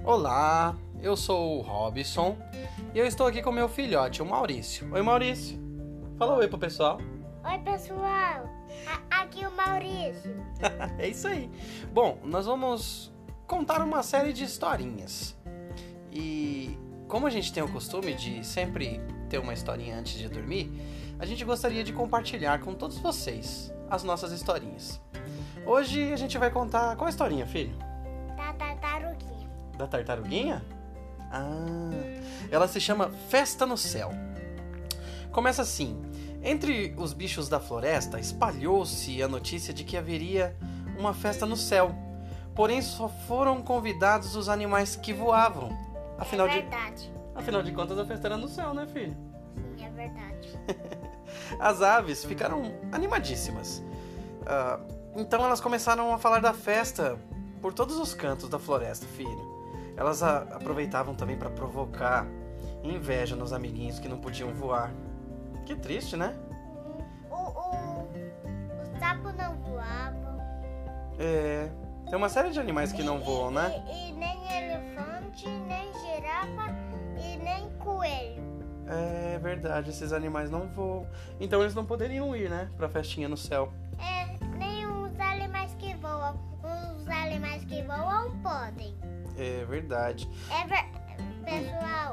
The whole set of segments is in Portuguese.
Olá, eu sou o Robson e eu estou aqui com meu filhote, o Maurício. Oi, Maurício. Fala oi pro pessoal. Oi, pessoal. Aqui o Maurício. É isso aí. Bom, nós vamos contar uma série de historinhas. E como a gente tem o costume de sempre ter uma historinha antes de dormir, a gente gostaria de compartilhar com todos vocês as nossas historinhas. Hoje a gente vai contar qual historinha, filho? Da tartaruguinha. Da tartaruguinha? Ela se chama Festa no Céu. Começa assim: entre os bichos da floresta espalhou-se a notícia de que haveria uma festa no céu. Porém, só foram convidados os animais que voavam. É verdade. Afinal de contas, a festa era no céu, né, filho? Sim, é verdade. As aves ficaram animadíssimas. Então elas começaram a falar da festa por todos os cantos da floresta, filho. Elas aproveitavam também para provocar inveja nos amiguinhos que não podiam voar. Que triste, né? O sapo não voava. Tem uma série de animais que não voam, né? E nem elefante, nem girafa e nem coelho. É verdade, esses animais não voam. Então eles não poderiam ir, né? Pra festinha no céu. Nem os animais que voam. Os animais que voam podem. É verdade. Pessoal,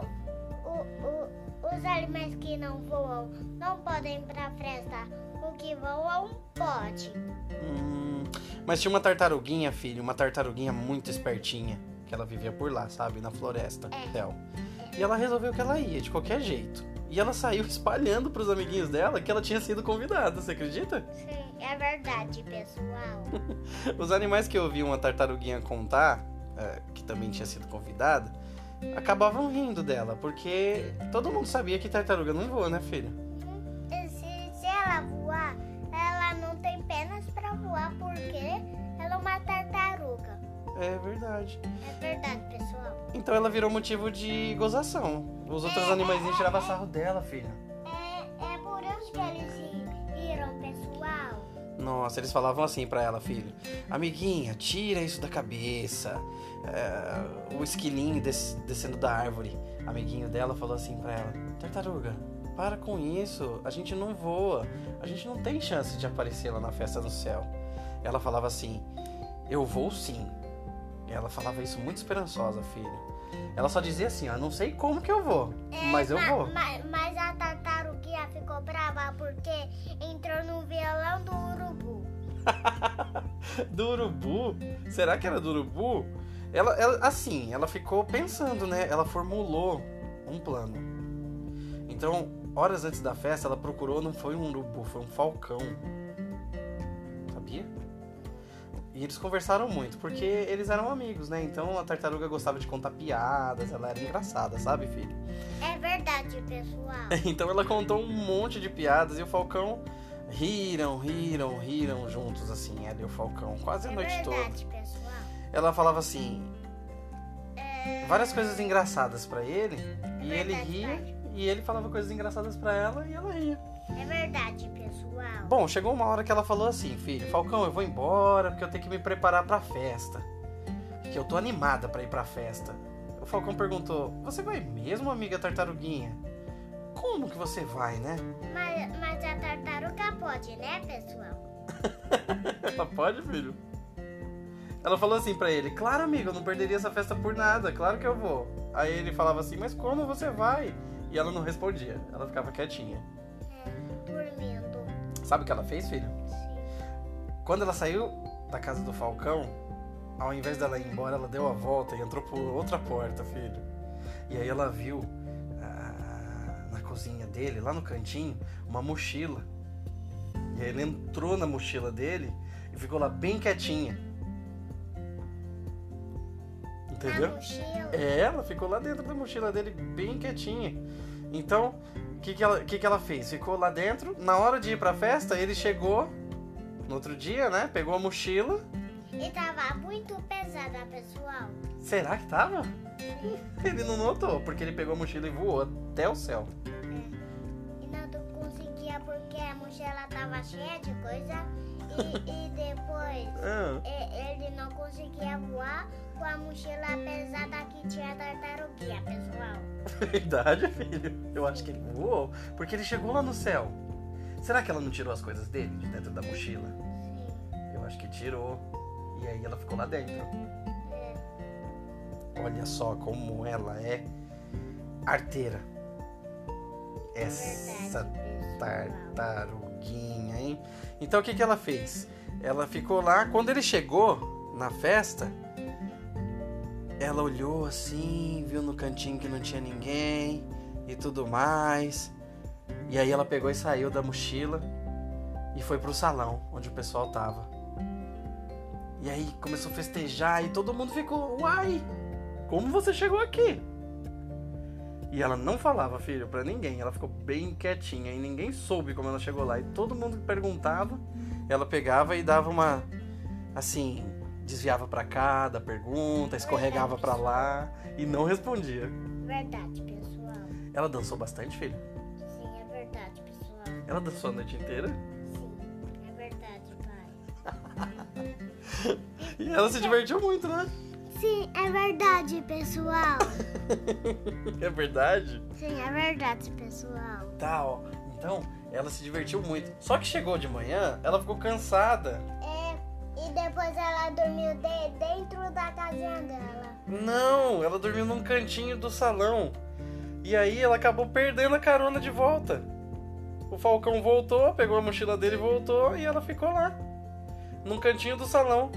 os animais que não voam não podem ir pra festa. O que voam pode. Mas tinha uma tartaruguinha, filho, uma tartaruguinha muito espertinha, que ela vivia por lá, sabe? Na floresta. E ela resolveu que ela ia, de qualquer jeito. E ela saiu espalhando pros amiguinhos dela que ela tinha sido convidada, você acredita? Sim, é verdade, pessoal. Os animais que ouviam a tartaruguinha contar, que também tinha sido convidada, acabavam rindo dela, porque todo mundo sabia que tartaruga não voa, né, filho? Se ela voar, ela não tem pernas pra voar, porque ela é uma tartaruga. É verdade. É verdade, pessoal. Então ela virou motivo de gozação. Os outros animaizinhos tiravam sarro dela, filha. É por isso que eles riram, pessoal. Nossa, eles falavam assim pra ela, filho: amiguinha, tira isso da cabeça. O esquilinho descendo da árvore. Amiguinho dela falou assim pra ela: tartaruga, para com isso, a gente não voa. A gente não tem chance de aparecer lá na festa do céu. Ela falava assim: eu vou sim. Ela falava isso muito esperançosa, filho. Ela só dizia assim: não sei como que eu vou, mas eu vou. Mas a tartaruguinha ficou brava porque entrou no violão do urubu. Do urubu? Será que era do urubu? Ela ficou pensando, né? Ela formulou um plano. Então, horas antes da festa, ela procurou, não foi um urubu, foi um falcão. Sabia? E eles conversaram muito, porque eles eram amigos, né? Então a tartaruga gostava de contar piadas, ela era engraçada, sabe, filho? É verdade, pessoal. Então ela contou um monte de piadas e o falcão riram juntos, assim, ela e o falcão, quase a noite toda. É verdade, pessoal. Ela falava assim, várias coisas engraçadas pra ele, e ele ria, e ele falava coisas engraçadas pra ela, e ela ria. É verdade, pessoal. Bom, chegou uma hora que ela falou assim: filho, Falcão, eu vou embora porque eu tenho que me preparar pra festa. Que eu tô animada pra ir pra festa. O Falcão perguntou: você vai mesmo, amiga tartaruguinha? Como que você vai, né? Mas a tartaruga pode, né, pessoal? Ela pode, filho? Ela falou assim pra ele: claro, amigo, eu não perderia essa festa por nada, claro que eu vou. Aí ele falava assim: mas como você vai? E ela não respondia, ela ficava quietinha. Dormindo. Sabe o que ela fez, filho? Sim. Quando ela saiu da casa do Falcão, ao invés dela ir embora, ela deu a volta e entrou por outra porta, filho. E aí ela viu na cozinha dele, lá no cantinho, uma mochila. E aí ele entrou na mochila dele e ficou lá bem quietinha. Entendeu? Na mochila? Ela ficou lá dentro da mochila dele bem quietinha. Então, o que ela fez? Ficou lá dentro. Na hora de ir pra festa, ele chegou no outro dia, né? Pegou a mochila. E tava muito pesada, pessoal. Será que tava? Ele não notou, porque ele pegou a mochila e voou até o céu. E não conseguia porque a mochila tava cheia de coisa. E depois ele não conseguia voar com a mochila pesada que tinha a tartaruguinha, pessoal. Verdade, filho. Eu acho que ele voou, porque ele chegou lá no céu. Será que ela não tirou as coisas dele de dentro da mochila? Sim. Eu acho que tirou. E aí ela ficou lá dentro. É. Olha só como ela é arteira. Essa Verdade, pessoal. tartaruguinha, hein? Então o que ela fez? Ela ficou lá, quando ele chegou na festa, ela olhou assim, viu no cantinho que não tinha ninguém e tudo mais. E aí ela pegou e saiu da mochila e foi pro salão onde o pessoal tava. E aí começou a festejar e todo mundo ficou, uai, como você chegou aqui? E ela não falava, filho, pra ninguém. Ela ficou bem quietinha e ninguém soube como ela chegou lá. E todo mundo que perguntava, ela pegava e dava uma, assim, desviava pra cá da pergunta, escorregava pra lá e não respondia. Verdade, pessoal. Ela dançou bastante, filho? Sim, é verdade, pessoal. Ela dançou a noite inteira? Sim, é verdade, pai. E ela se divertiu muito, né? Sim, é verdade, pessoal. É verdade? Sim, é verdade, pessoal. Tá, ó. Então, ela se divertiu muito. Só que chegou de manhã, ela ficou cansada. É, e depois ela dormiu dentro da casinha dela. Não, ela dormiu num cantinho do salão. E aí ela acabou perdendo a carona de volta. O Falcão voltou, pegou a mochila dele e voltou. E ela ficou lá, num cantinho do salão.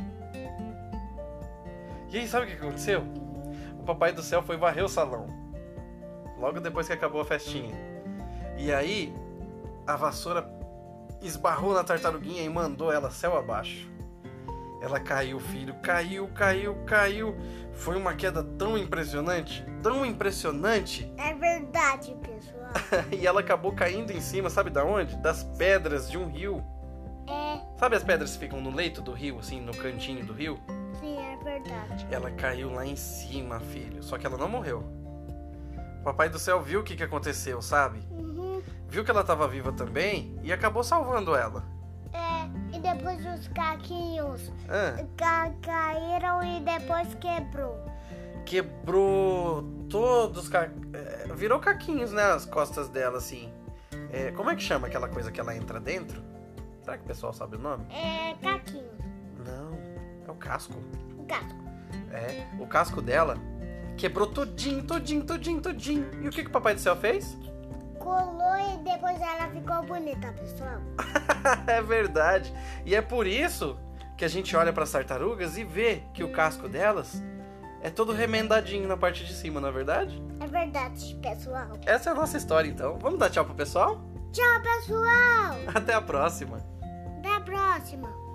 E aí, sabe o que aconteceu? O Papai do Céu foi varrer o salão. Logo depois que acabou a festinha. E aí, a vassoura esbarrou na tartaruguinha e mandou ela céu abaixo. Ela caiu, filho. Caiu. Foi uma queda tão impressionante. É verdade, pessoal. E ela acabou caindo em cima, sabe da onde? Das pedras de um rio. É, Sabe as pedras que ficam no leito do rio, assim, no cantinho do rio? sim, é verdade. Ela caiu lá em cima, filho. Só que ela não morreu. O Papai do Céu viu o que aconteceu, sabe? Uhum. Viu que ela estava viva também e acabou salvando ela. É, e depois os caquinhos Ah, caíram e depois quebrou. quebrou todos, virou caquinhos, né, as costas dela, assim. Como é que chama aquela coisa que ela entra dentro? Será que o pessoal sabe o nome? É, caquinhos. Não, é o casco. O casco. O casco dela quebrou todinho. E o que o Papai do Céu fez? Colou e depois ela ficou bonita, pessoal. É verdade. E é por isso que a gente olha para as tartarugas e vê que o casco delas é todo remendadinho na parte de cima, não é verdade? É verdade, pessoal. Essa é a nossa história, então. Vamos dar tchau pro pessoal? Tchau, pessoal. Até a próxima. Até a próxima.